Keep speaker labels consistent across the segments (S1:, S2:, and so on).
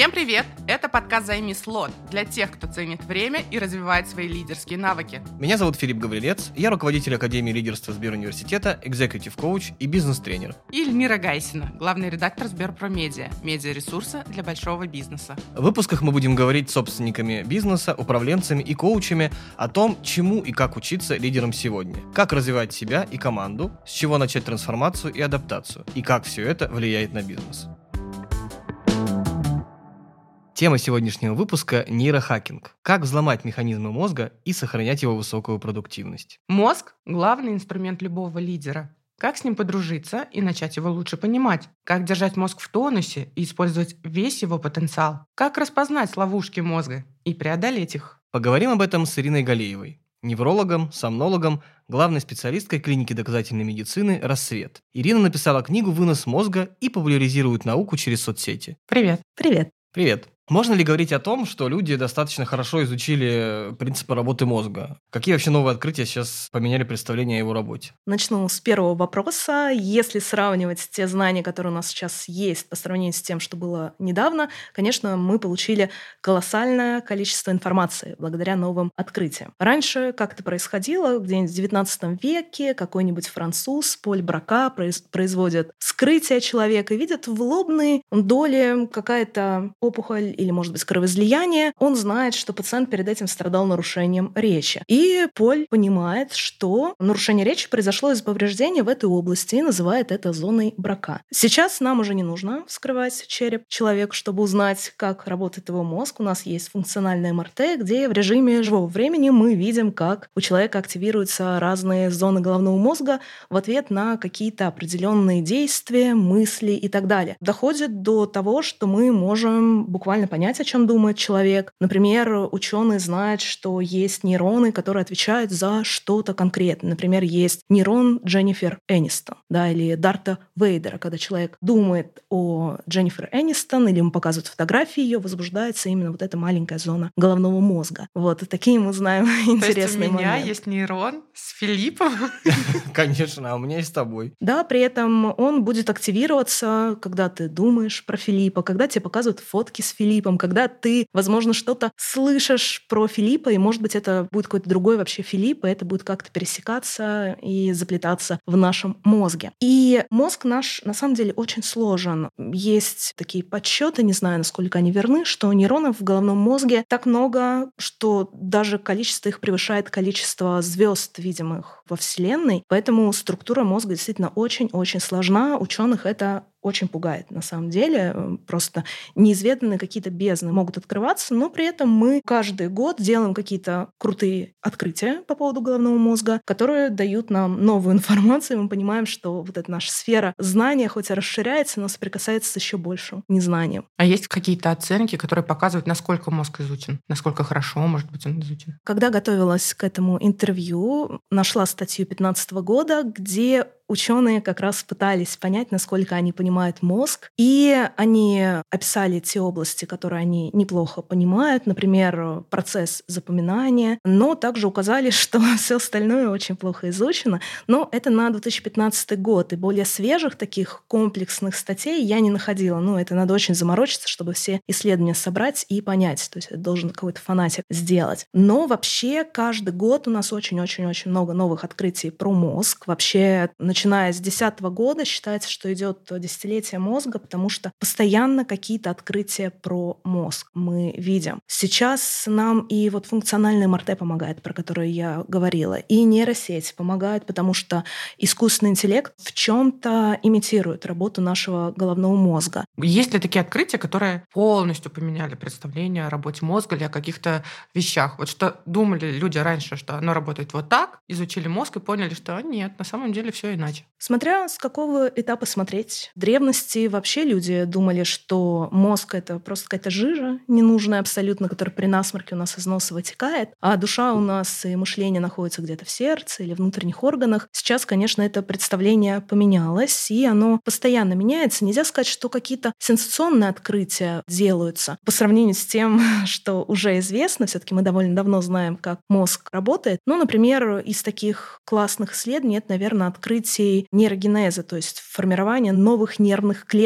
S1: Всем привет! Это подкаст «Займи слот» для тех, кто ценит время и развивает свои лидерские навыки.
S2: Меня зовут Филипп Гаврилец, я руководитель Академии лидерства Сберуниверситета, экзекутив-коуч и бизнес-тренер.
S1: И Эльмира Гайсина, главный редактор Сберпромедиа, медиаресурса для большого бизнеса.
S2: В выпусках мы будем говорить с собственниками бизнеса, управленцами и коучами о том, чему и как учиться лидерам сегодня, как развивать себя и команду, с чего начать трансформацию и адаптацию, и как все это влияет на бизнес. Тема сегодняшнего выпуска – нейрохакинг. Как взломать механизмы мозга и сохранять его высокую продуктивность.
S1: Мозг – главный инструмент любого лидера. Как с ним подружиться и начать его лучше понимать? Как держать мозг в тонусе и использовать весь его потенциал? Как распознать ловушки мозга и преодолеть их?
S2: Поговорим об этом с Ириной Галеевой, неврологом, сомнологом, главной специалисткой клиники доказательной медицины «Рассвет». Ирина написала книгу «Вынос мозга» и популяризирует науку через соцсети.
S1: Привет.
S3: Привет.
S2: Привет. Можно ли говорить о том, что люди достаточно хорошо изучили принципы работы мозга? Какие вообще новые открытия сейчас поменяли представление о его работе?
S3: Начну с первого вопроса. Если сравнивать те знания, которые у нас сейчас есть по сравнению с тем, что было недавно, конечно, мы получили колоссальное количество информации благодаря новым открытиям. Раньше как это происходило, где-нибудь в XIX веке какой-нибудь француз Поль Брака производит вскрытие человека и видит в лобной доле какая-то опухоль или, может быть, кровоизлияние, он знает, что пациент перед этим страдал нарушением речи. И Поль понимает, что нарушение речи произошло из повреждения в этой области и называет это зоной Брака. Сейчас нам уже не нужно вскрывать череп человека, чтобы узнать, как работает его мозг. У нас есть функциональное МРТ, где в режиме живого времени мы видим, как у человека активируются разные зоны головного мозга в ответ на какие-то определенные действия, мысли и так далее. Доходит до того, что мы можем буквально понять, о чем думает человек. Например, ученые знают, что есть нейроны, которые отвечают за что-то конкретное. Например, есть нейрон Дженнифер Энистон, или Дарта Вейдера. Когда человек думает о Дженнифер Энистон или ему показывают фотографии ее, возбуждается именно вот эта маленькая зона головного мозга. Вот, и такие мы знаем интересные моменты.
S1: То есть у меня есть нейрон с Филиппом?
S2: Конечно, а у меня и с тобой.
S3: Да, при этом он будет активироваться, когда ты думаешь про Филиппа, когда тебе показывают фотки с Филиппом, когда ты, возможно, что-то слышишь про Филиппа, и, может быть, это будет какой-то другой вообще Филипп, и это будет как-то пересекаться и заплетаться в нашем мозге. И мозг наш, на самом деле, очень сложен. Есть такие подсчеты, не знаю, насколько они верны, что нейронов в головном мозге так много, что даже количество их превышает количество звезд, видимых во Вселенной. Поэтому структура мозга действительно очень-очень сложна. Ученых это очень пугает, на самом деле. Просто неизведанные какие-то бездны могут открываться, но при этом мы каждый год делаем какие-то крутые открытия по поводу головного мозга, которые дают нам новую информацию, и мы понимаем, что вот эта наша сфера знания, хоть и расширяется, но соприкасается с еще большим незнанием.
S1: А есть какие-то оценки, которые показывают, насколько мозг изучен? Насколько хорошо, может быть, он изучен?
S3: Когда готовилась к этому интервью, нашла статью 2015 года, где ученые как раз пытались понять, насколько они понимают мозг, и они описали те области, которые они неплохо понимают, например, процесс запоминания, но также указали, что все остальное очень плохо изучено. Но это на 2015 год, и более свежих таких комплексных статей я не находила. Это надо очень заморочиться, чтобы все исследования собрать и понять. То есть это должен какой-то фанатик сделать. Но вообще каждый год у нас очень-очень-очень много новых открытий про мозг. Вообще, начиная с 2010 года считается, что идет десятилетие мозга, потому что постоянно какие-то открытия про мозг мы видим. Сейчас нам и функциональный МРТ помогает, про который я говорила, и нейросети помогают, потому что искусственный интеллект в чем-то имитирует работу нашего головного мозга.
S1: Есть ли такие открытия, которые полностью поменяли представление о работе мозга или о каких-то вещах? Вот что думали люди раньше, что оно работает вот так, изучили мозг и поняли, что нет, на самом деле все иначе.
S3: Смотря с какого этапа смотреть. В древности вообще люди думали, что мозг — это просто какая-то жижа ненужная абсолютно, которая при насморке у нас из носа вытекает, а душа у нас и мышление находится где-то в сердце или внутренних органах. Сейчас, конечно, это представление поменялось, и оно постоянно меняется. Нельзя сказать, что какие-то сенсационные открытия делаются по сравнению с тем, что уже известно. Все-таки мы довольно давно знаем, как мозг работает. Например, из таких классных исследований это, наверное, открытие нейрогенеза, то есть формирование новых нервных клеток.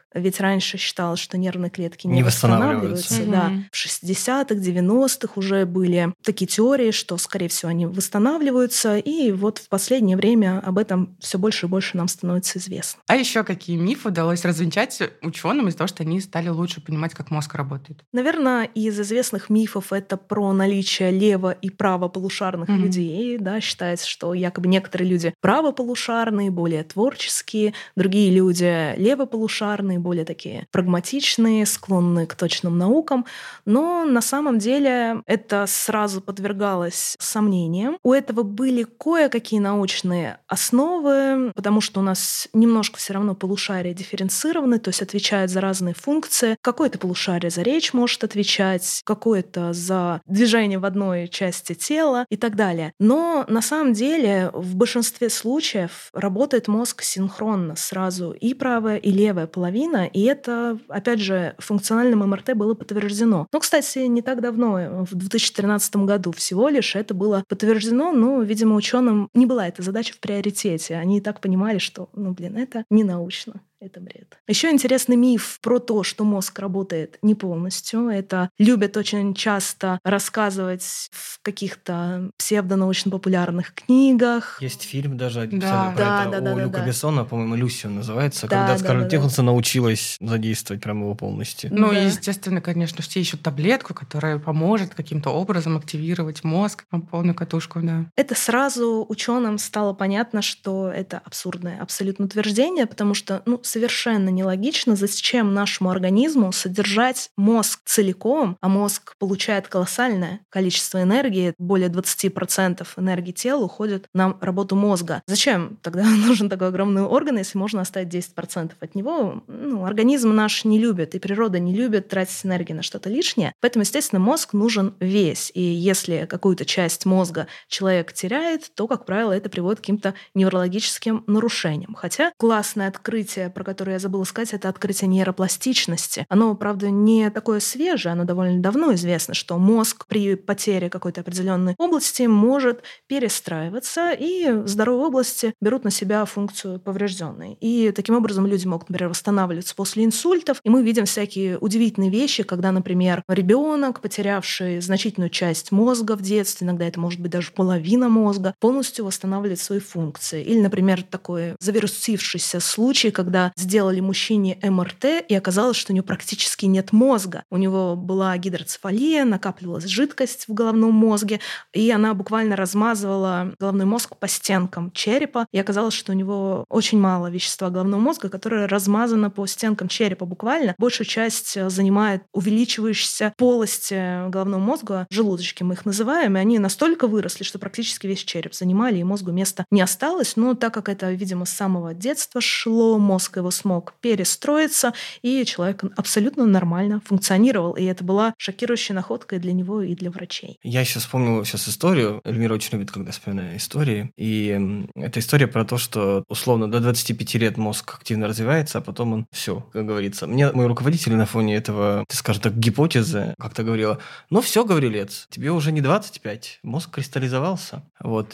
S3: Ведь раньше считалось, что нервные клетки
S2: Не
S3: не
S2: восстанавливаются.
S3: восстанавливаются. Да. В 60-х, 90-х уже были такие теории, что, скорее всего, они восстанавливаются. И вот в последнее время об этом все больше и больше нам становится известно.
S1: А еще какие мифы удалось развенчать ученым из-за того, что они стали лучше понимать, как мозг работает?
S3: Наверное, из известных мифов это про наличие лево- и правополушарных людей. Да, считается, что якобы некоторые люди правополушарные, более творческие, другие люди левополушарные, более такие прагматичные, склонные к точным наукам. Но на самом деле это сразу подвергалось сомнениям. У этого были кое-какие научные основы, потому что у нас немножко все равно полушария дифференцированы, то есть отвечают за разные функции. Какое-то полушарие за речь может отвечать, какое-то за движение в одной части тела и так далее. Но на самом деле в большинстве случаев работает мозг синхронно сразу и правая, и левая половина, и это, опять же, функциональным МРТ было подтверждено. Но, кстати, не так давно, в 2013 году всего лишь это было подтверждено, но, видимо, ученым не была эта задача в приоритете. Они и так понимали, что, это не научно. Это бред. Еще интересный миф про то, что мозг работает не полностью. Это любят очень часто рассказывать в каких-то псевдонаучно-популярных книгах.
S2: Есть фильм даже
S1: Да.
S2: про это у Люка Бессона, по-моему, «Люси» он называется, когда Скарлетт Йоханссон научилась задействовать прямо его полностью.
S1: Ну, и, естественно, конечно, все ищут таблетку, которая поможет каким-то образом активировать мозг на полную катушку, да.
S3: Это сразу ученым стало понятно, что это абсурдное абсолютно утверждение, потому что, совершенно нелогично, зачем нашему организму содержать мозг целиком, а мозг получает колоссальное количество энергии, более 20% энергии тела уходит на работу мозга. Зачем тогда нужен такой огромный орган, если можно оставить 10% от него? Организм наш не любит, и природа не любит тратить энергию на что-то лишнее. Поэтому, естественно, мозг нужен весь. И если какую-то часть мозга человек теряет, то, как правило, это приводит к каким-то неврологическим нарушениям. Хотя классное открытие, про которое я забыла сказать, это открытие нейропластичности. Оно, правда, не такое свежее, оно довольно давно известно, что мозг при потере какой-то определенной области может перестраиваться, и здоровые области берут на себя функцию поврежденной. И таким образом люди могут, например, восстанавливаться после инсультов, и мы видим всякие удивительные вещи, когда, например, ребенок, потерявший значительную часть мозга в детстве, иногда это может быть даже половина мозга, полностью восстанавливает свои функции. Или, например, такой завирусившийся случай, когда сделали мужчине МРТ, и оказалось, что у него практически нет мозга. У него была гидроцефалия, накапливалась жидкость в головном мозге, и она буквально размазывала головной мозг по стенкам черепа, и оказалось, что у него очень мало вещества головного мозга, которое размазано по стенкам черепа буквально. Большую часть занимает увеличивающиеся полости головного мозга, желудочки мы их называем, и они настолько выросли, что практически весь череп занимали, и мозгу места не осталось. Но так как это, видимо, с самого детства шло, мозг его смог перестроиться, и человек абсолютно нормально функционировал. И это была шокирующая находка и для него, и для врачей.
S2: Я еще вспомнил историю. Эльмира очень любит, когда вспоминаю истории. И это история про то, что условно до 25 лет мозг активно развивается, а потом он все, как говорится. Мне мой руководитель на фоне этого, скажем так, гипотезы как-то говорила: все, Гаврилец, тебе уже не 25, мозг кристаллизовался.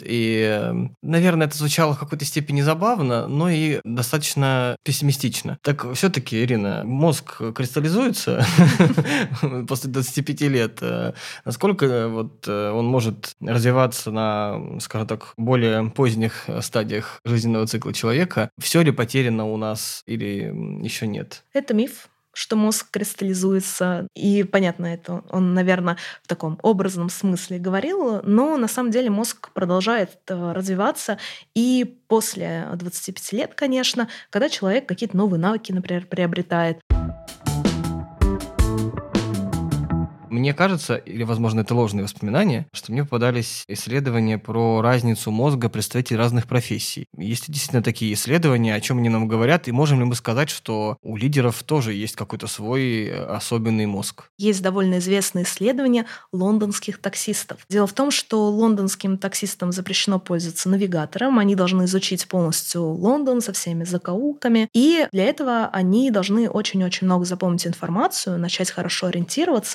S2: И, наверное, это звучало в какой-то степени забавно, но и достаточно пессимистично. Так все-таки, Ирина, мозг кристаллизуется после 25 лет. Насколько он может развиваться на, скажем так, более поздних стадиях жизненного цикла человека? Все ли потеряно у нас или еще нет?
S3: Это миф, что мозг кристаллизуется, и понятно это, он, наверное, в таком образном смысле говорил, но на самом деле мозг продолжает развиваться, и после 25 лет, конечно, когда человек какие-то новые навыки, например, приобретает.
S2: Мне кажется, или, возможно, это ложные воспоминания, что мне попадались исследования про разницу мозга представителей разных профессий. Есть ли действительно такие исследования, о чем они нам говорят, и можем ли мы сказать, что у лидеров тоже есть какой-то свой особенный мозг?
S3: Есть довольно известные исследования лондонских таксистов. Дело в том, что лондонским таксистам запрещено пользоваться навигатором, они должны изучить полностью Лондон со всеми закоулками, и для этого они должны очень-очень много запомнить информацию, начать хорошо ориентироваться, а за это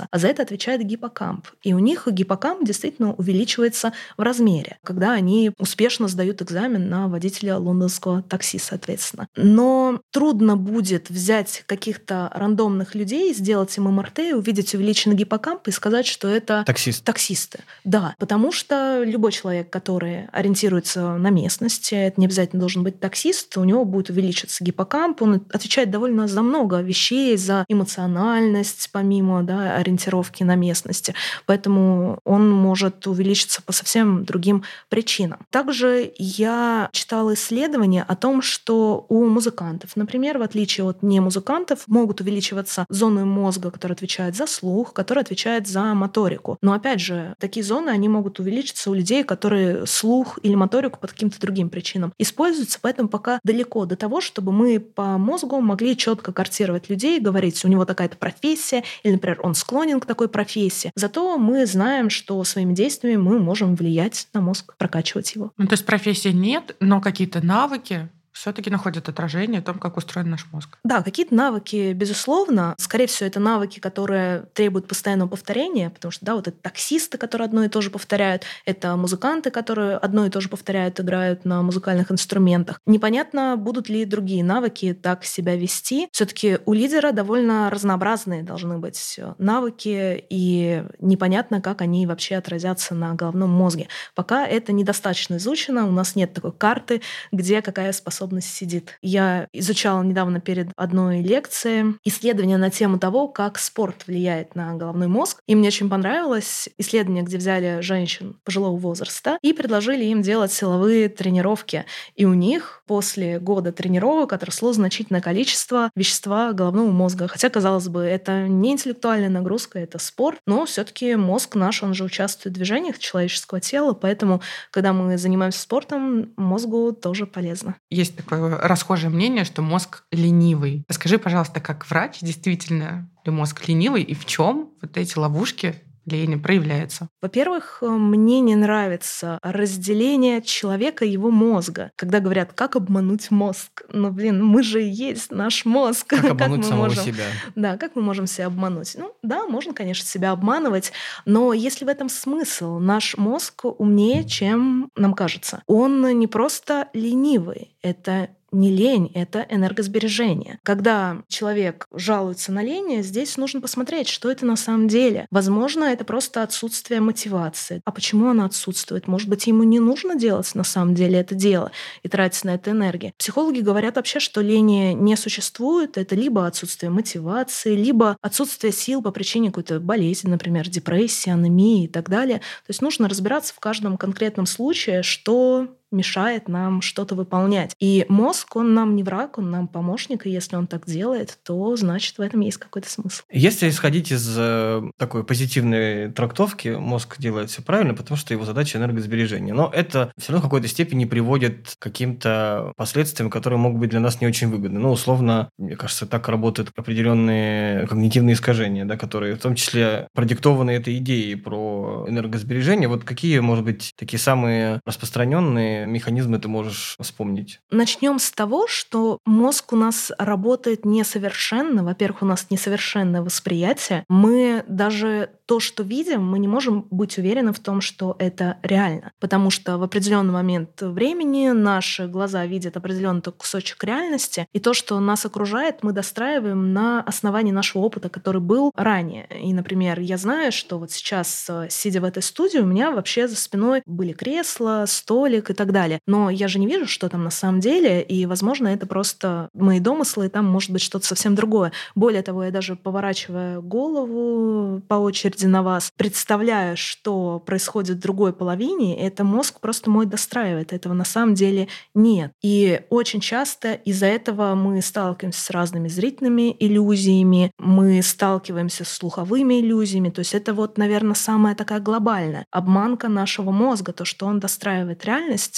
S3: это отвечает гиппокамп. И у них гиппокамп действительно увеличивается в размере, когда они успешно сдают экзамен на водителя лондонского такси, соответственно. Но трудно будет взять каких-то рандомных людей, сделать им МРТ, увидеть увеличенный гиппокамп и сказать, что это таксисты. Да, потому что любой человек, который ориентируется на местности, это не обязательно должен быть таксист, у него будет увеличиться гиппокамп, он отвечает довольно за много вещей, за эмоциональность, помимо ориентировки на местности. Поэтому он может увеличиться по совсем другим причинам. Также я читала исследования о том, что у музыкантов, например, в отличие от немузыкантов, могут увеличиваться зоны мозга, которые отвечают за слух, которые отвечают за моторику. Но опять же, такие зоны, они могут увеличиться у людей, которые слух или моторику по каким-то другим причинам используются, поэтому пока далеко до того, чтобы мы по мозгу могли четко картировать людей, говорить, у него такая-то профессия, или, например, он склонен к такой профессии. Зато мы знаем, что своими действиями мы можем влиять на мозг, прокачивать его.
S1: То есть профессии нет, но какие-то навыки все-таки находят отражение в том, как устроен наш мозг.
S3: Да, какие-то навыки, безусловно. Скорее всего, это навыки, которые требуют постоянного повторения, потому что, вот это таксисты, которые одно и то же повторяют, это музыканты, которые одно и то же повторяют, играют на музыкальных инструментах. Непонятно, будут ли другие навыки так себя вести. Все-таки у лидера довольно разнообразные должны быть навыки, и непонятно, как они вообще отразятся на головном мозге. Пока это недостаточно изучено, у нас нет такой карты, где какая способность сидит. Я изучала недавно перед одной лекцией исследование на тему того, как спорт влияет на головной мозг. И мне очень понравилось исследование, где взяли женщин пожилого возраста и предложили им делать силовые тренировки. И у них после года тренировок отросло значительное количество вещества головного мозга. Хотя, казалось бы, это не интеллектуальная нагрузка, это спорт, но все-таки мозг наш, он же участвует в движениях человеческого тела, поэтому, когда мы занимаемся спортом, мозгу тоже полезно.
S1: Есть такое расхожее мнение, что мозг ленивый. Скажи, пожалуйста, как врач, действительно ли мозг ленивый и в чем вот эти ловушки лени проявляются?
S3: Во-первых, мне не нравится разделение человека и его мозга. Когда говорят, как обмануть мозг. Мы же и есть наш мозг.
S2: Как обмануть самого себя.
S3: Да, как мы можем себя обмануть? Да, можно, конечно, себя обманывать, но если в этом смысл, наш мозг умнее, чем нам кажется. Он не просто ленивый, это не лень, это энергосбережение. Когда человек жалуется на лень, здесь нужно посмотреть, что это на самом деле. Возможно, это просто отсутствие мотивации. А почему она отсутствует? Может быть, ему не нужно делать на самом деле это дело и тратить на это энергию. Психологи говорят вообще, что лени не существует. Это либо отсутствие мотивации, либо отсутствие сил по причине какой-то болезни, например, депрессии, анемии и так далее. То есть нужно разбираться в каждом конкретном случае, что мешает нам что-то выполнять. И мозг, он нам не враг, он нам помощник, и если он так делает, то значит в этом есть какой-то смысл.
S2: Если исходить из такой позитивной трактовки, мозг делает все правильно, потому что его задача энергосбережение. Но это все равно в какой-то степени приводит к каким-то последствиям, которые могут быть для нас не очень выгодны. Условно, мне кажется, так работают определенные когнитивные искажения, которые в том числе продиктованы этой идеей про энергосбережение. Вот какие, может быть, такие самые распространенные механизмы ты можешь вспомнить?
S3: Начнем с того, что мозг у нас работает несовершенно. Во-первых, у нас несовершенное восприятие. Мы даже то, что видим, мы не можем быть уверены в том, что это реально. Потому что в определенный момент времени наши глаза видят определенный кусочек реальности, и то, что нас окружает, мы достраиваем на основании нашего опыта, который был ранее. И, например, я знаю, что вот сейчас, сидя в этой студии, у меня вообще за спиной были кресла, столик и так далее. Но я же не вижу, что там на самом деле, и, возможно, это просто мои домыслы, и там может быть что-то совсем другое. Более того, я даже поворачивая голову по очереди на вас, представляю, что происходит в другой половине, это мозг просто мой достраивает. Этого на самом деле нет. И очень часто из-за этого мы сталкиваемся с разными зрительными иллюзиями, мы сталкиваемся с слуховыми иллюзиями. То есть это наверное, самая такая глобальная обманка нашего мозга, то, что он достраивает реальность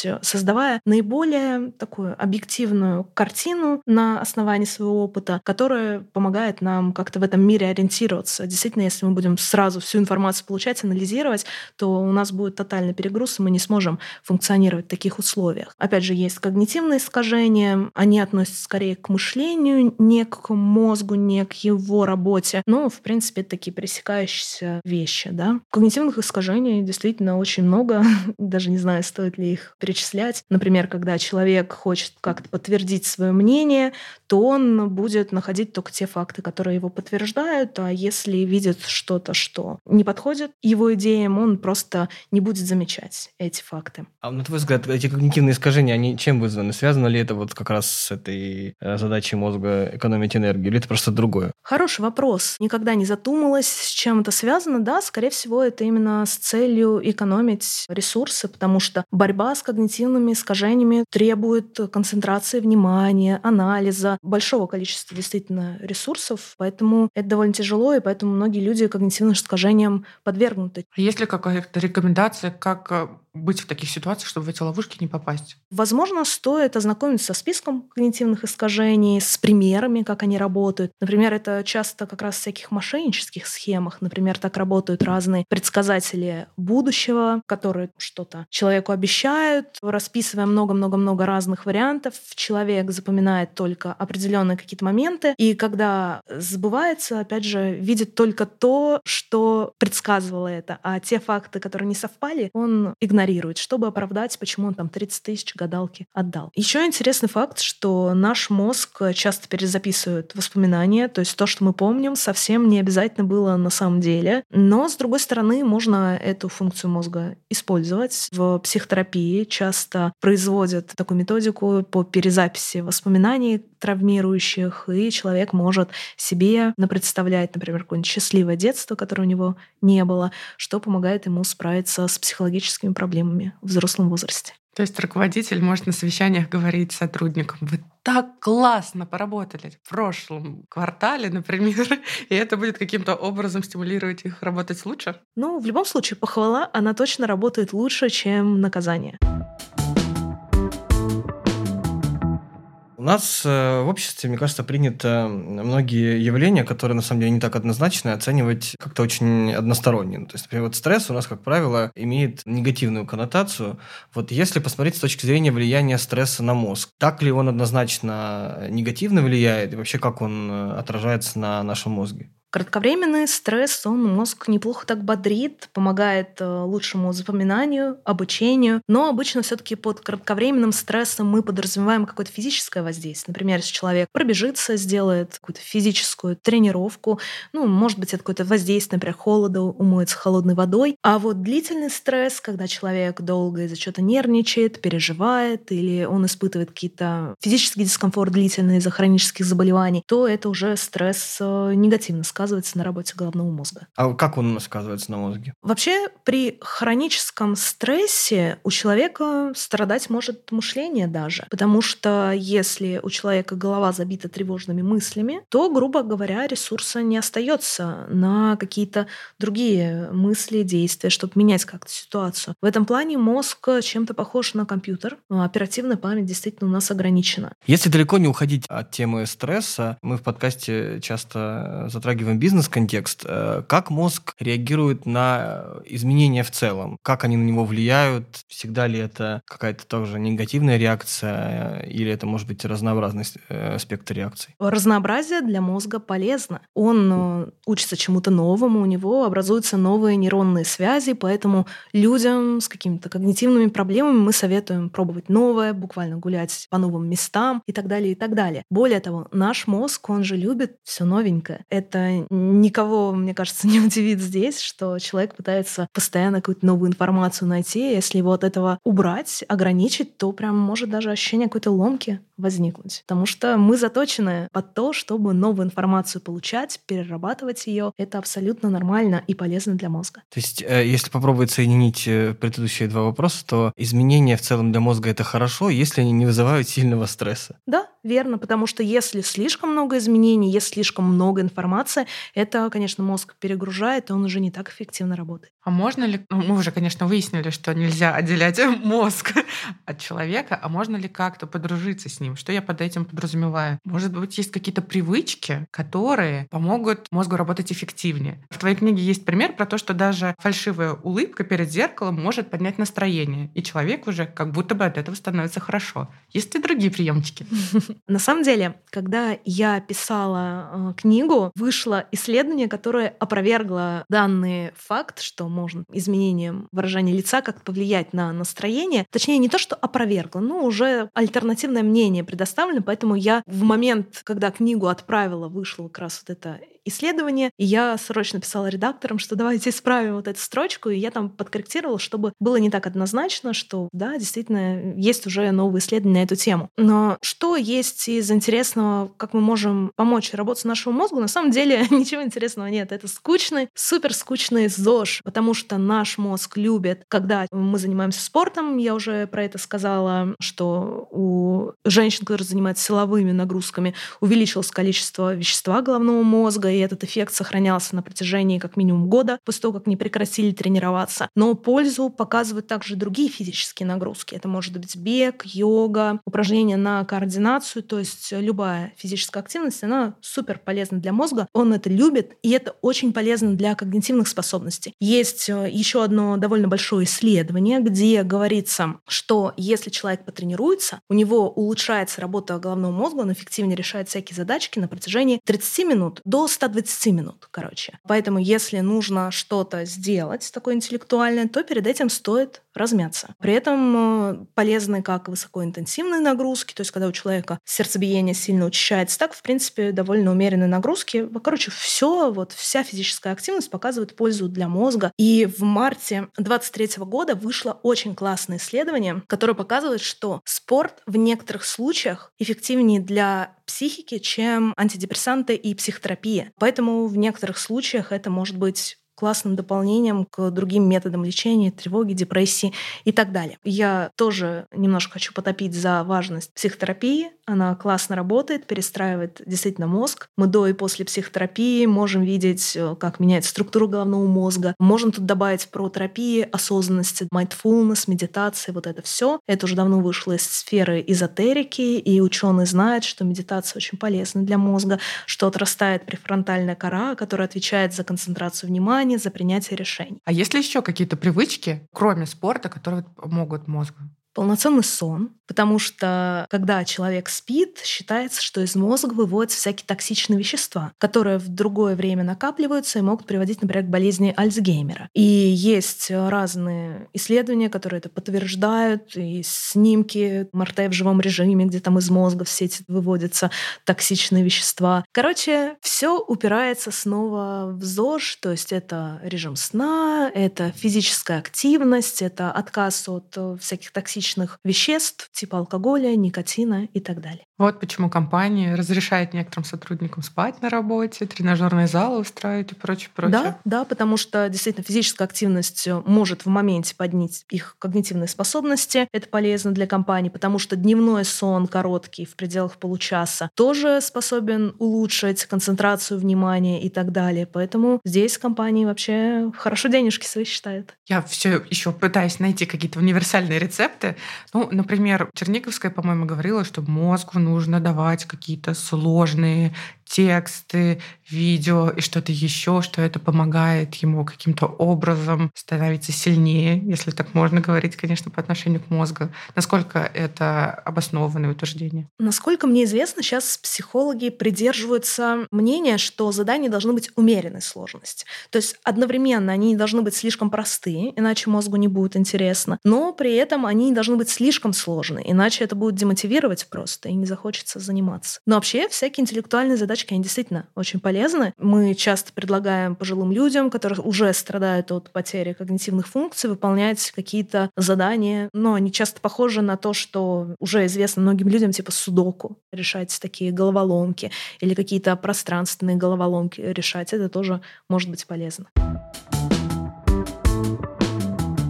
S3: полностью, создавая наиболее такую объективную картину на основании своего опыта, которая помогает нам как-то в этом мире ориентироваться. Действительно, если мы будем сразу всю информацию получать, анализировать, то у нас будет тотальный перегруз, и мы не сможем функционировать в таких условиях. Опять же, есть когнитивные искажения, они относятся скорее к мышлению, не к мозгу, не к его работе. Но, в принципе, это такие пересекающиеся вещи. Да? Когнитивных искажений действительно очень много. Даже не знаю, стоит ли их перечислять. Например, когда человек хочет как-то подтвердить свое мнение, то он будет находить только те факты, которые его подтверждают, а если видит что-то, что не подходит его идеям, он просто не будет замечать эти факты.
S2: А на твой взгляд, эти когнитивные искажения, они чем вызваны? Связано ли это вот как раз с этой задачей мозга экономить энергию, или это просто другое?
S3: Хороший вопрос. Никогда не задумалась, с чем это связано. Да, скорее всего, это именно с целью экономить ресурсы, потому что борьба с когнитивными искажениями требует концентрации внимания, анализа, большого количества действительно ресурсов, поэтому это довольно тяжело, и поэтому многие люди когнитивным искажениям подвергнуты.
S1: Есть ли какая-то рекомендация, как быть в таких ситуациях, чтобы в эти ловушки не попасть?
S3: Возможно, стоит ознакомиться со списком когнитивных искажений, с примерами, как они работают. Например, это часто как раз в всяких мошеннических схемах. Например, так работают разные предсказатели будущего, которые что-то человеку обещают, расписывая много-много-много разных вариантов. Человек запоминает только определенные какие-то моменты, и когда сбывается, опять же, видит только то, что предсказывало это, а те факты, которые не совпали, он игнорирует, чтобы оправдать, почему он там 30 тысяч гадалки отдал. Еще интересный факт, что наш мозг часто перезаписывает воспоминания, то есть то, что мы помним, совсем не обязательно было на самом деле. Но, с другой стороны, можно эту функцию мозга использовать. В психотерапии часто производят такую методику по перезаписи воспоминаний травмирующих, и человек может себе напредставлять, например, какое-нибудь счастливое детство, которое у него не было, что помогает ему справиться с психологическими проблемами в взрослом возрасте.
S1: То есть руководитель может на совещаниях говорить сотрудникам: вы так классно поработали в прошлом квартале, например, и это будет каким-то образом стимулировать их работать лучше?
S3: Ну, в любом случае, похвала, она точно работает лучше, чем наказание.
S2: У нас в обществе, мне кажется, принято многие явления, которые на самом деле не так однозначны, оценивать как-то очень односторонне. То есть, например, вот стресс у нас, как правило, имеет негативную коннотацию. Вот если посмотреть с точки зрения влияния стресса на мозг, так ли он однозначно негативно влияет и вообще как он отражается на нашем мозге?
S3: Кратковременный стресс, он мозг неплохо так бодрит, помогает лучшему запоминанию, обучению, но обычно все-таки под кратковременным стрессом мы подразумеваем какое-то физическое воздействие. Например, если человек пробежится, сделает какую-то физическую тренировку, ну, может быть, это какое-то воздействие, например, холода, умоется холодной водой. А вот длительный стресс, когда человек долго из-за чего-то нервничает, переживает, или он испытывает какие-то физический дискомфорт длительный из-за хронических заболеваний, то это уже стресс негативно сказывается на работе головного мозга.
S2: А как он сказывается на мозге?
S3: Вообще, при хроническом стрессе у человека страдать может мышление даже, потому что если у человека голова забита тревожными мыслями, то, грубо говоря, ресурса не остается на какие-то другие мысли, действия, чтобы менять как-то ситуацию. В этом плане мозг чем-то похож на компьютер. Оперативная память действительно у нас ограничена.
S2: Если далеко не уходить от темы стресса, мы в подкасте часто затрагиваем бизнес-контекст. Как мозг реагирует на изменения в целом? Как они на него влияют? Всегда ли это какая-то тоже негативная реакция? Или это может быть разнообразный спектр реакций?
S3: Разнообразие для мозга полезно. Он учится чему-то новому, у него образуются новые нейронные связи, поэтому людям с какими-то когнитивными проблемами мы советуем пробовать новое, буквально гулять по новым местам и так далее, и так далее. Более того, наш мозг, он же любит все новенькое. Это никого, мне кажется, не удивит здесь, что человек пытается постоянно какую-то новую информацию найти. Если его от этого убрать, ограничить, то прям может даже ощущение какой-то ломки возникнуть. Потому что мы заточены под то, чтобы новую информацию получать, перерабатывать ее. Это абсолютно нормально и полезно для мозга.
S2: То есть, если попробовать соединить предыдущие два вопроса, то изменения в целом для мозга — это хорошо, если они не вызывают сильного стресса.
S3: Да, верно, потому что если слишком много изменений, если слишком много информации, это, конечно, мозг перегружает, и он уже не так эффективно работает.
S1: А можно ли, мы уже, конечно, выяснили, что нельзя отделять мозг от человека, а можно ли как-то подружиться с ним? Что я под этим подразумеваю? Может быть, есть какие-то привычки, которые помогут мозгу работать эффективнее? В твоей книге есть пример про то, что даже фальшивая улыбка перед зеркалом может поднять настроение, и человек уже как будто бы от этого становится хорошо. Есть ли другие приемчики?
S3: На самом деле, когда я писала книгу, вышло исследование, которое опровергло данный факт, что можно изменением выражения лица как повлиять на настроение. Точнее, не то, что опровергло, но уже альтернативное мнение предоставлено, поэтому я в момент, когда книгу отправила, вышло как раз вот это исследование, и я срочно писала редакторам, что давайте исправим вот эту строчку, и я там подкорректировала, чтобы было не так однозначно, что да, действительно, есть уже новые исследования на эту тему. Но что есть из интересного, как мы можем помочь работать нашему мозгу? На самом деле ничего интересного нет. Это скучный, супер скучный ЗОЖ, потому что наш мозг любит, когда мы занимаемся спортом, я уже про это сказала, что у женщин, которые занимаются силовыми нагрузками, увеличилось количество вещества головного мозга, и этот эффект сохранялся на протяжении как минимум года после того, как не прекратили тренироваться. Но пользу показывают также другие физические нагрузки. Это может быть бег, йога, упражнения на координацию, то есть любая физическая активность, она супер полезна для мозга, он это любит, и это очень полезно для когнитивных способностей. Есть еще одно довольно большое исследование, где говорится, что если человек потренируется, у него улучшается работа головного мозга, он эффективнее решает всякие задачки на протяжении 30 минут до 120 минут, короче. Поэтому, если нужно что-то сделать такое интеллектуальное, то перед этим стоит размяться. При этом полезны как высокоинтенсивные нагрузки, то есть когда у человека сердцебиение сильно учащается, так, в принципе, довольно умеренные нагрузки. Короче, вся физическая активность показывает пользу для мозга. И в марте 2023 года вышло очень классное исследование, которое показывает, что спорт в некоторых случаях эффективнее для психики, чем антидепрессанты и психотерапия. Поэтому в некоторых случаях это может быть классным дополнением к другим методам лечения, тревоги, депрессии и так далее. Я тоже немножко хочу потопить за важность психотерапии. Она классно работает, перестраивает действительно мозг. Мы до и после психотерапии можем видеть, как меняется структура головного мозга. Можем тут добавить про терапии, осознанности, mindfulness, медитации, вот это все. Это уже давно вышло из сферы эзотерики, и ученые знают, что медитация очень полезна для мозга, что отрастает префронтальная кора, которая отвечает за концентрацию внимания, за принятие решений.
S1: А есть ли еще какие-то привычки, кроме спорта, которые помогут мозгу?
S3: Полноценный сон, потому что когда человек спит, считается, что из мозга выводятся всякие токсичные вещества, которые в другое время накапливаются и могут приводить, например, к болезни Альцгеймера. И есть разные исследования, которые это подтверждают, и снимки МРТ в живом режиме, где там из мозга все эти выводятся токсичные вещества. Короче, все упирается снова в ЗОЖ, то есть это режим сна, это физическая активность, это отказ от всяких токсичных веществ типа алкоголя, никотина и так далее.
S1: Вот почему компания разрешает некоторым сотрудникам спать на работе, тренажерные залы устраивать и прочее.
S3: Да, потому что действительно физическая активность может в моменте поднять их когнитивные способности. Это полезно для компании, потому что дневной сон короткий, в пределах получаса, тоже способен улучшить концентрацию внимания и так далее. Поэтому здесь компании вообще хорошо денежки свои считают.
S1: Я все еще пытаюсь найти какие-то универсальные рецепты. Например, Черниковская, по-моему, говорила, что мозгу нужно давать какие-то сложные тексты, видео и что-то еще, что это помогает ему каким-то образом становиться сильнее, если так можно говорить, конечно, по отношению к мозгу. Насколько это обоснованное утверждение?
S3: Насколько мне известно, сейчас психологи придерживаются мнения, что задания должны быть умеренной сложности. То есть одновременно они не должны быть слишком простые, иначе мозгу не будет интересно, но при этом они не должны быть слишком сложные, иначе это будет демотивировать просто и не захочется заниматься. Но вообще всякие интеллектуальные задачки, они действительно очень полезны. Мы часто предлагаем пожилым людям, которые уже страдают от потери когнитивных функций, выполнять какие-то задания, но они часто похожи на то, что уже известно многим людям, типа судоку, решать такие головоломки или какие-то пространственные головоломки решать. Это тоже может быть полезно.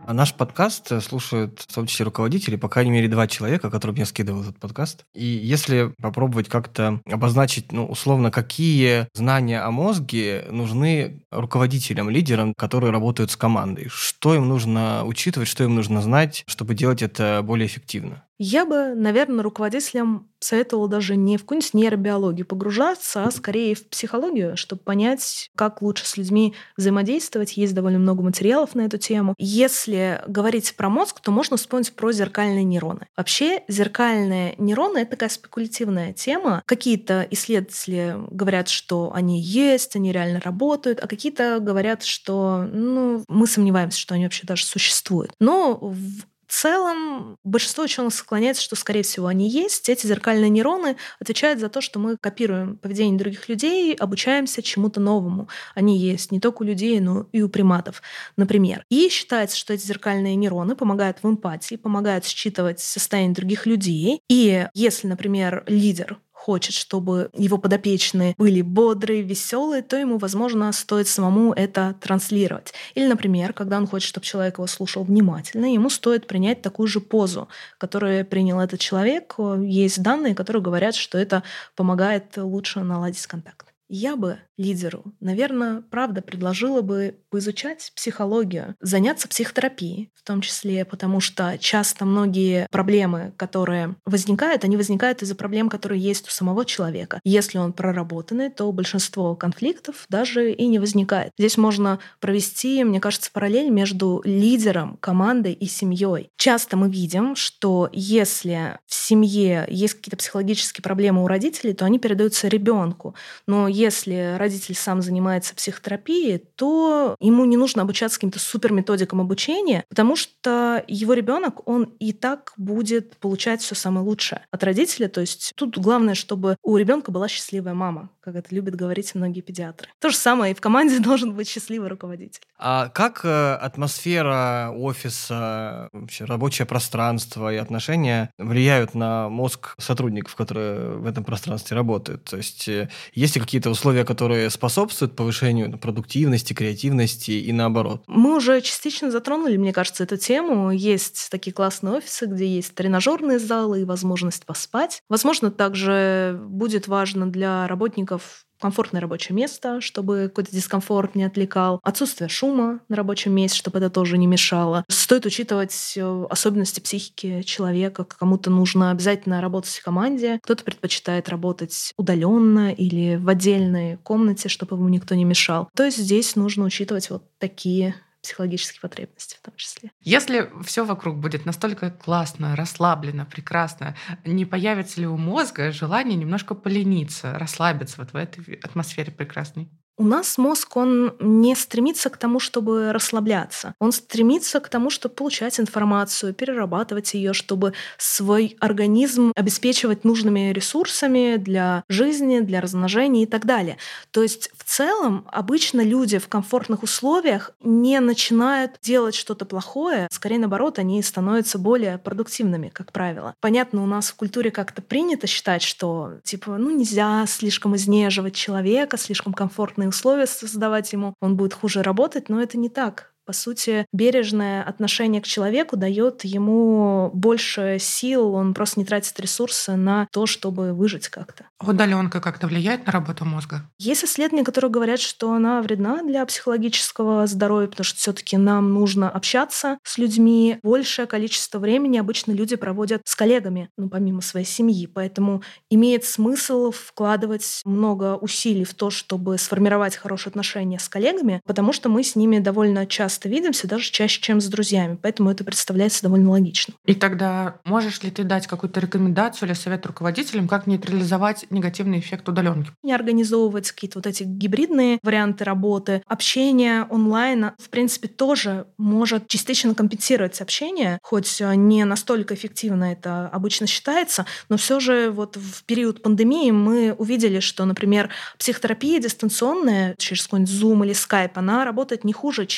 S2: А наш подкаст слушают в том числе руководители, по крайней мере, 2 человека, которым я скидывал этот подкаст. И если попробовать как-то обозначить, условно, какие знания о мозге нужны руководителям, лидерам, которые работают с командой, что им нужно учитывать, что им нужно знать, чтобы делать это более эффективно?
S3: Я бы, наверное, руководителям советовала даже не в какую-нибудь нейробиологию погружаться, а скорее в психологию, чтобы понять, как лучше с людьми взаимодействовать. Есть довольно много материалов на эту тему. Если говорить про мозг, то можно вспомнить про зеркальные нейроны. Вообще, зеркальные нейроны — это такая спекулятивная тема. Какие-то исследователи говорят, что они есть, они реально работают, а какие-то говорят, что мы сомневаемся, что они вообще даже существуют. Но в целом, большинство ученых склоняется, что, скорее всего, они есть. Эти зеркальные нейроны отвечают за то, что мы копируем поведение других людей, обучаемся чему-то новому. Они есть не только у людей, но и у приматов, например. И считается, что эти зеркальные нейроны помогают в эмпатии, помогают считывать состояние других людей. И если, например, лидер хочет, чтобы его подопечные были бодрые, веселые, то ему, возможно, стоит самому это транслировать. Или, например, когда он хочет, чтобы человек его слушал внимательно, ему стоит принять такую же позу, которую принял этот человек. Есть данные, которые говорят, что это помогает лучше наладить контакт. Я бы лидеру, наверное, правда предложила бы поизучать психологию, заняться психотерапией в том числе, потому что часто многие проблемы, которые возникают, они возникают из-за проблем, которые есть у самого человека. Если он проработанный, то большинство конфликтов даже и не возникает. Здесь можно провести, мне кажется, параллель между лидером, командой и семьей. Часто мы видим, что если в семье есть какие-то психологические проблемы у родителей, то они передаются ребенку. Но если родитель сам занимается психотерапией, то ему не нужно обучаться каким-то суперметодикам обучения, потому что его ребенок, он и так будет получать все самое лучшее от родителя. То есть тут главное, чтобы у ребенка была счастливая мама, как это любят говорить многие педиатры. То же самое и в команде должен быть счастливый руководитель.
S2: А как атмосфера офиса, вообще рабочее пространство и отношения влияют на мозг сотрудников, которые в этом пространстве работают? То есть есть ли какие-то условия, которые способствуют повышению продуктивности, креативности и наоборот?
S3: Мы уже частично затронули, мне кажется, эту тему. Есть такие классные офисы, где есть тренажерные залы и возможность поспать. Возможно, также будет важно для работников комфортное рабочее место, чтобы какой-то дискомфорт не отвлекал, отсутствие шума на рабочем месте, чтобы это тоже не мешало. Стоит учитывать особенности психики человека. Кому-то нужно обязательно работать в команде, кто-то предпочитает работать удаленно или в отдельной комнате, чтобы ему никто не мешал. То есть здесь нужно учитывать вот такие психологические потребности в том числе.
S1: Если все вокруг будет настолько классно, расслаблено, прекрасно, не появится ли у мозга желание немножко полениться, расслабиться вот в этой атмосфере прекрасной?
S3: У нас мозг, он не стремится к тому, чтобы расслабляться. Он стремится к тому, чтобы получать информацию, перерабатывать ее, чтобы свой организм обеспечивать нужными ресурсами для жизни, для размножения и так далее. То есть в целом обычно люди в комфортных условиях не начинают делать что-то плохое, скорее наоборот, они становятся более продуктивными, как правило. Понятно, у нас в культуре как-то принято считать, что нельзя слишком изнеживать человека, слишком комфортные условия создавать ему, он будет хуже работать, но это не так. По сути, бережное отношение к человеку дает ему больше сил, он просто не тратит ресурсы на то, чтобы выжить как-то.
S1: Удаленка как-то влияет на работу мозга?
S3: Есть исследования, которые говорят, что она вредна для психологического здоровья, потому что все-таки нам нужно общаться с людьми. Большее количество времени обычно люди проводят с коллегами, помимо своей семьи. Поэтому имеет смысл вкладывать много усилий в то, чтобы сформировать хорошие отношения с коллегами, потому что мы с ними довольно часто видимся, даже чаще, чем с друзьями. Поэтому это представляется довольно логично.
S1: И тогда можешь ли ты дать какую-то рекомендацию или совет руководителям, как нейтрализовать негативный эффект удаленки?
S3: Не организовывать какие-то вот эти гибридные варианты работы. Общение онлайн, в принципе, тоже может частично компенсировать общение, хоть не настолько эффективно это обычно считается, но все же вот в период пандемии мы увидели, что, например, психотерапия дистанционная через какой-нибудь Zoom или Skype, она работает не хуже, чем терапия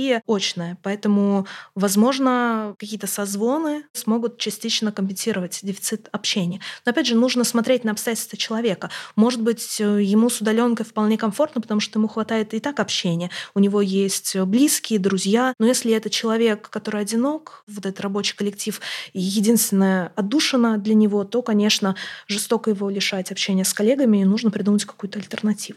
S3: терапия очная, поэтому, возможно, какие-то созвоны смогут частично компенсировать дефицит общения. Но, опять же, нужно смотреть на обстоятельства человека. Может быть, ему с удаленкой вполне комфортно, потому что ему хватает и так общения. У него есть близкие, друзья. Но если это человек, который одинок, вот этот рабочий коллектив, и единственная отдушина для него, то, конечно, жестоко его лишать общения с коллегами, и нужно придумать какую-то альтернативу.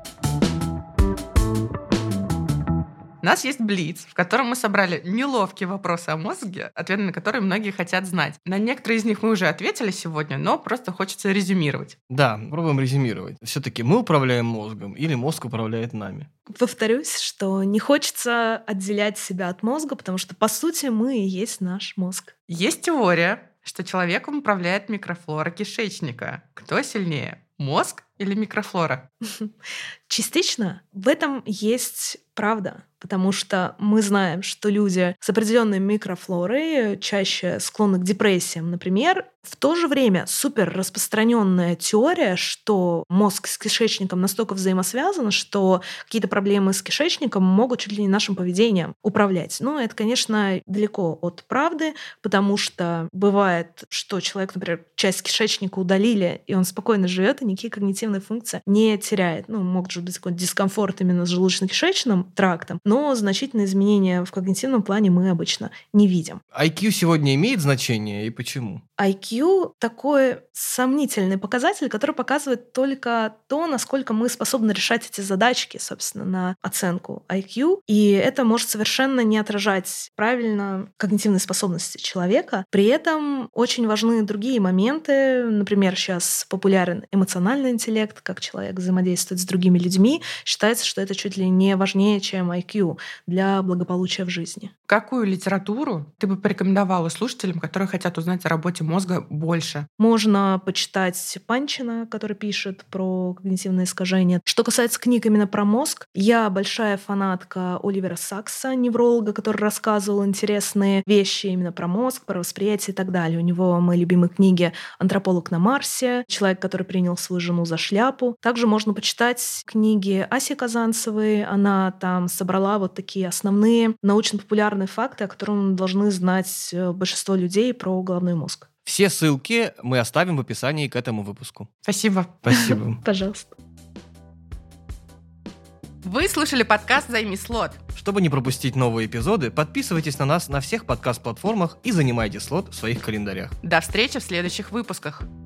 S1: У нас есть блиц, в котором мы собрали неловкие вопросы о мозге, ответы на которые многие хотят знать. На некоторые из них мы уже ответили сегодня, но просто хочется резюмировать.
S2: Да, попробуем резюмировать. Все-таки мы управляем мозгом или мозг управляет нами?
S3: Повторюсь, что не хочется отделять себя от мозга, потому что, по сути, мы и есть наш мозг.
S1: Есть теория, что человеком управляет микрофлора кишечника. Кто сильнее, мозг или микрофлора?
S3: Частично в этом есть правда, потому что мы знаем, что люди с определенной микрофлорой чаще склонны к депрессиям, например. В то же время супер распространенная теория, что мозг с кишечником настолько взаимосвязан, что какие-то проблемы с кишечником могут чуть ли не нашим поведением управлять. Но это, конечно, далеко от правды, потому что бывает, что человек, например, часть кишечника удалили, и он спокойно живет, и никакие когнитивные функции не теряет. Может быть какой-то дискомфорт именно с желудочно-кишечным трактом, но значительные изменения в когнитивном плане мы обычно не видим.
S2: IQ сегодня имеет значение и почему?
S3: IQ — такой сомнительный показатель, который показывает только то, насколько мы способны решать эти задачки, собственно, на оценку IQ. И это может совершенно не отражать правильно когнитивные способности человека. При этом очень важны другие моменты. Например, сейчас популярен эмоциональный интеллект, как человек взаимодействует с другими людьми. Считается, что это чуть ли не важнее, чем IQ для благополучия в жизни.
S1: Какую литературу ты бы порекомендовала слушателям, которые хотят узнать о работе мозга больше?
S3: Можно почитать Панчина, который пишет про когнитивные искажения. Что касается книг именно про мозг, я большая фанатка Оливера Сакса, невролога, который рассказывал интересные вещи именно про мозг, про восприятие и так далее. У него мои любимые книги «Антрополог на Марсе», «Человек, который принял свою жену за шляпу». Также можно почитать книги Аси Казанцевой. Она там собрала вот такие основные научно-популярные факты, о которых должны знать большинство людей про головной мозг.
S2: Все ссылки мы оставим в описании к этому выпуску.
S1: Спасибо.
S2: Спасибо.
S3: Пожалуйста.
S1: Вы слушали подкаст «Займи слот».
S2: Чтобы не пропустить новые эпизоды, подписывайтесь на нас на всех подкаст-платформах и занимайте слот в своих календарях.
S1: До встречи в следующих выпусках.